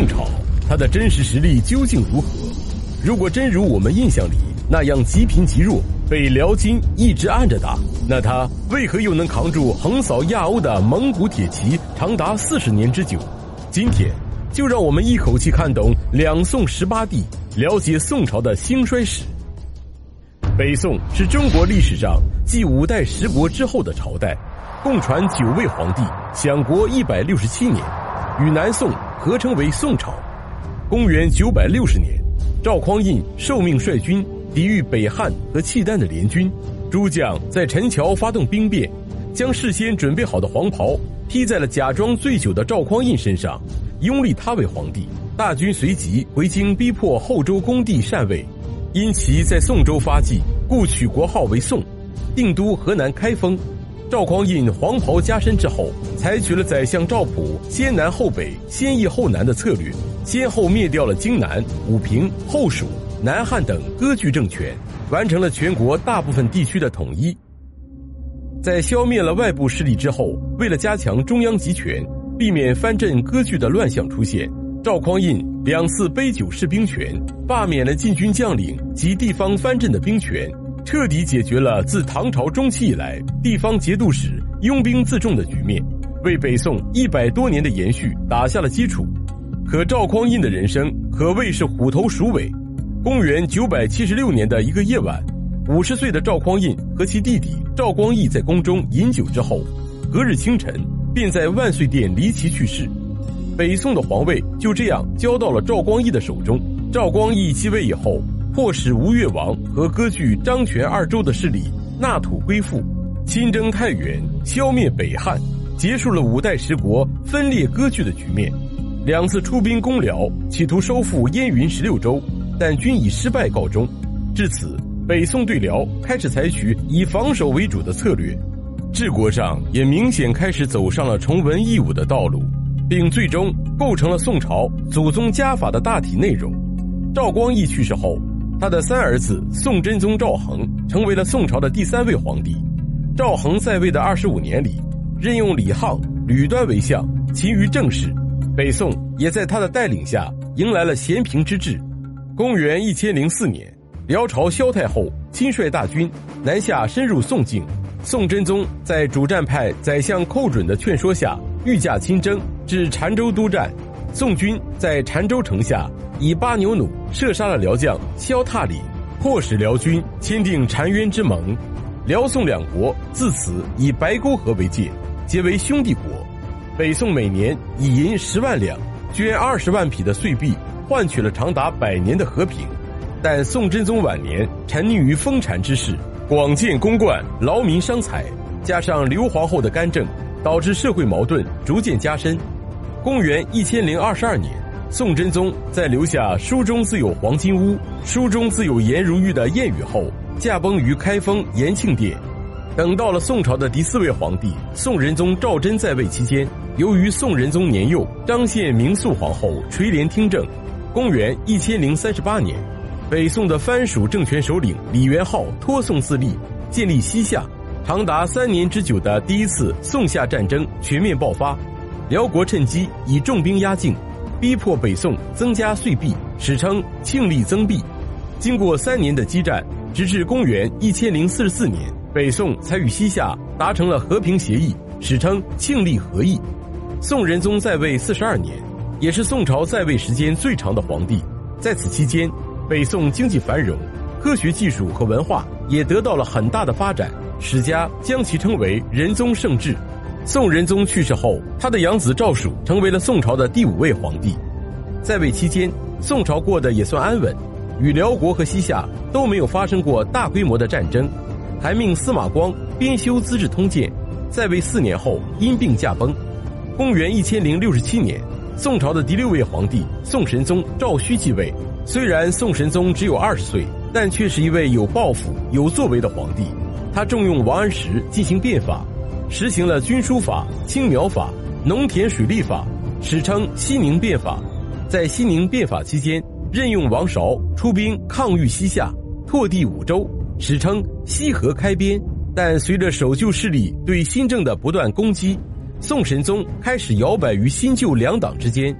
宋朝，它的真实实力究竟如何？如果真如我们印象里那样极贫极弱，被辽金一直按着打，那它为何又能扛住横扫亚欧的蒙古铁骑长达40年之久？今天就让我们一口气看懂两宋18帝，了解宋朝的兴衰史。北宋是中国历史上继5代10国之后的朝代，共传9位皇帝，享国167年，与南宋合称为宋朝。公元960年，赵匡胤受命率军抵御北汉和契丹的联军，诸将在陈桥发动兵变，将事先准备好的黄袍披在了假装醉酒的赵匡胤身上，拥立他为皇帝。大军随即回京逼迫后周恭帝禅位，因其在宋州发迹，故取国号为宋，定都河南开封。赵匡胤黄袍加身之后，采取了宰相赵普先南后北、先易后难的策略，先后灭掉了荆南、武平、后蜀、南汉等割据政权，完成了全国大部分地区的统一。在消灭了外部势力之后，为了加强中央集权，避免藩镇割据的乱象出现，赵匡胤2次杯酒释兵权，罢免了禁军将领及地方藩镇的兵权，彻底解决了自唐朝中期以来地方节度使拥兵自重的局面，为北宋100多年的延续打下了基础。可赵匡胤的人生可谓是虎头鼠尾。公元976年的一个夜晚，50岁的赵匡胤和其弟弟赵光义在宫中饮酒之后，隔日清晨便在万岁殿离奇去世。北宋的皇位就这样交到了赵光义的手中。赵光义继位以后，迫使吴越王和割据张权2州的势力纳土归附，亲征太原，消灭北汉，结束了5代10国分裂割据的局面。2次出兵攻辽，企图收复燕云16州，但均以失败告终。至此，北宋对辽开始采取以防守为主的策略，治国上也明显开始走上了崇文抑武的道路，并最终构成了宋朝祖宗家法的大体内容。赵光义去世后，他的3儿子宋真宗赵恒成为了宋朝的第3位皇帝。赵恒在位的25年里，任用李沆、吕端为相，勤于政事，北宋也在他的带领下迎来了咸平之治。公元1004年，辽朝萧太后亲率大军南下深入宋境，宋真宗在主战派宰相寇准的劝说下御驾亲征，至澶州督战。宋军在澶州城下以8牛弩射杀了辽将萧踏里，迫使辽军签订澶渊之盟。辽宋2国自此以白沟河为界，结为兄弟国。北宋每年以银10万两，捐20万匹的岁币，换取了长达100年的和平。但宋真宗晚年沉溺于丰产之事，广建宫观，劳民伤财，加上刘皇后的干政，导致社会矛盾逐渐加深。公元1022年，宋真宗在留下书中自有黄金屋，书中自有颜如玉的谚语后，驾崩于开封延庆殿。等到了宋朝的第4位皇帝宋仁宗赵祯在位期间，由于宋仁宗年幼，张献明肃皇后垂帘听政。公元1038年，北宋的藩属政权首领李元昊托宋自立，建立西夏，长达3年之久的第1次宋夏战争全面爆发。辽国趁机以重兵压境，逼迫北宋增加岁币，史称庆历增币。经过3年的激战，直至公元1044年，北宋才与西夏达成了和平协议，史称庆历和议。宋仁宗在位42年，也是宋朝在位时间最长的皇帝。在此期间，北宋经济繁荣，科学技术和文化也得到了很大的发展，史家将其称为仁宗盛治。宋仁宗去世后，他的养子赵曙成为了宋朝的第5位皇帝。在位期间，宋朝过得也算安稳，与辽国和西夏都没有发生过大规模的战争，还命司马光编修《资治通鉴》。在位4年后因病驾崩。公元1067年，宋朝的第6位皇帝宋神宗赵顼继位。虽然宋神宗只有20岁，但却是一位有抱负、有作为的皇帝。他重用王安石进行变法，实行了军书法、青苗法、农田水利法，史称西宁变法。在西宁变法期间，任用王韶出兵抗御西夏，拓地5州，史称西河开边。但随着守旧势力对新政的不断攻击，宋神宗开始摇摆于新旧2党之间。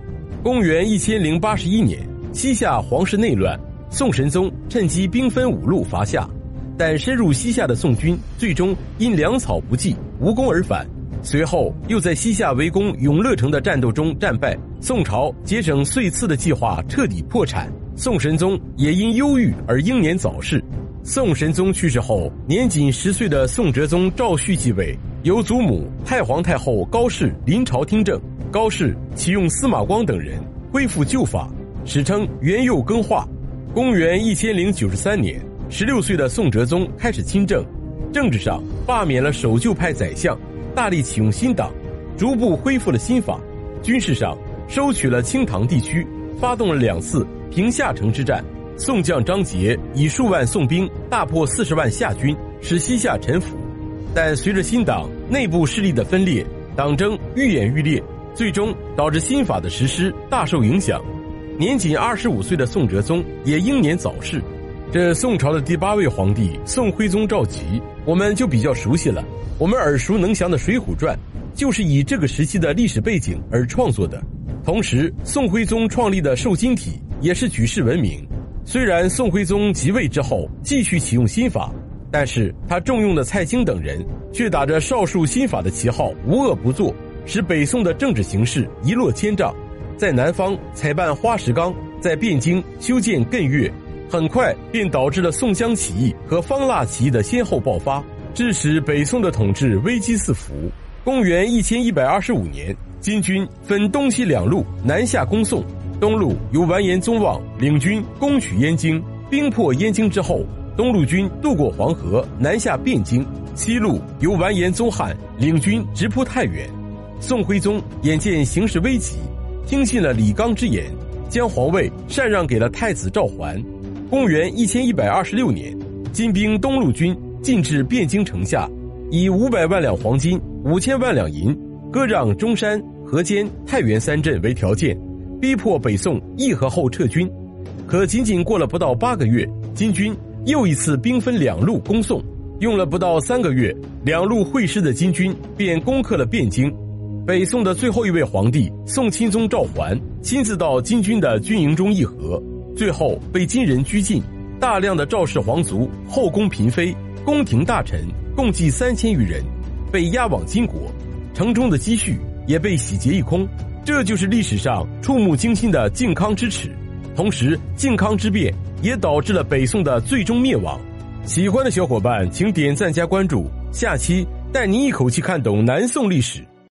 公元1081年，西夏皇室内乱，宋神宗趁机兵分五路伐夏，但深入西夏的宋军最终因粮草不济，无功而返。随后又在西夏围攻永乐城的战斗中战败，宋朝节省岁次的计划彻底破产，宋神宗也因忧郁而英年早逝。宋神宗去世后，年仅10岁的宋哲宗赵煦继位，由祖母太皇太后高氏临朝听政。高氏启用司马光等人恢复旧法，史称元佑更化。公元1093年，16岁的宋哲宗开始亲政，政治上罢免了守旧派宰相，大力启用新党，逐步恢复了新法。军事上收取了清塘地区，发动了2次平夏城之战。宋将张杰以数万宋兵大破40万夏军，使西夏臣服。但随着新党内部势力的分裂，党争愈演愈烈，最终导致新法的实施大受影响。年仅25岁的宋哲宗也英年早逝。这宋朝的第8位皇帝宋徽宗赵佶，我们就比较熟悉了。我们耳熟能详的《水浒传》就是以这个时期的历史背景而创作的。同时，宋徽宗创立的瘦金体也是举世闻名。虽然宋徽宗即位之后继续启用新法，但是他重用的蔡京等人却打着少数新法的旗号无恶不作，使北宋的政治形势一落千丈。在南方采办花石纲，在汴京修建艮岳，很快便导致了宋襄起义和方腊起义的先后爆发，致使北宋的统治危机四伏。公元1125年，金军分东西2路南下攻宋。东路由完颜宗望领军攻取燕京，兵破燕京之后，东路军渡过黄河南下汴京，西路由完颜宗翰领军直扑太原。宋徽宗眼见形势危急，听信了李纲之言，将皇位禅让给了太子赵桓。公元1126年，金兵东路军进至汴京城下，以500万两黄金、5000万两银割让中山、河间、太原3镇为条件，逼迫北宋议和后撤军。可仅仅过了不到8个月，金军又一次兵分2路攻宋，用了不到3个月，2路会师的金军便攻克了汴京。北宋的最后一位皇帝宋钦宗赵桓亲自到金军的军营中议和，最后被金人拘禁。大量的赵氏皇族、后宫嫔妃、宫廷大臣共计3000余人被押往金国，城中的积蓄也被洗劫一空。这就是历史上触目惊心的靖康之耻。同时，靖康之变也导致了北宋的最终灭亡。喜欢的小伙伴请点赞加关注，下期带您一口气看懂南宋历史。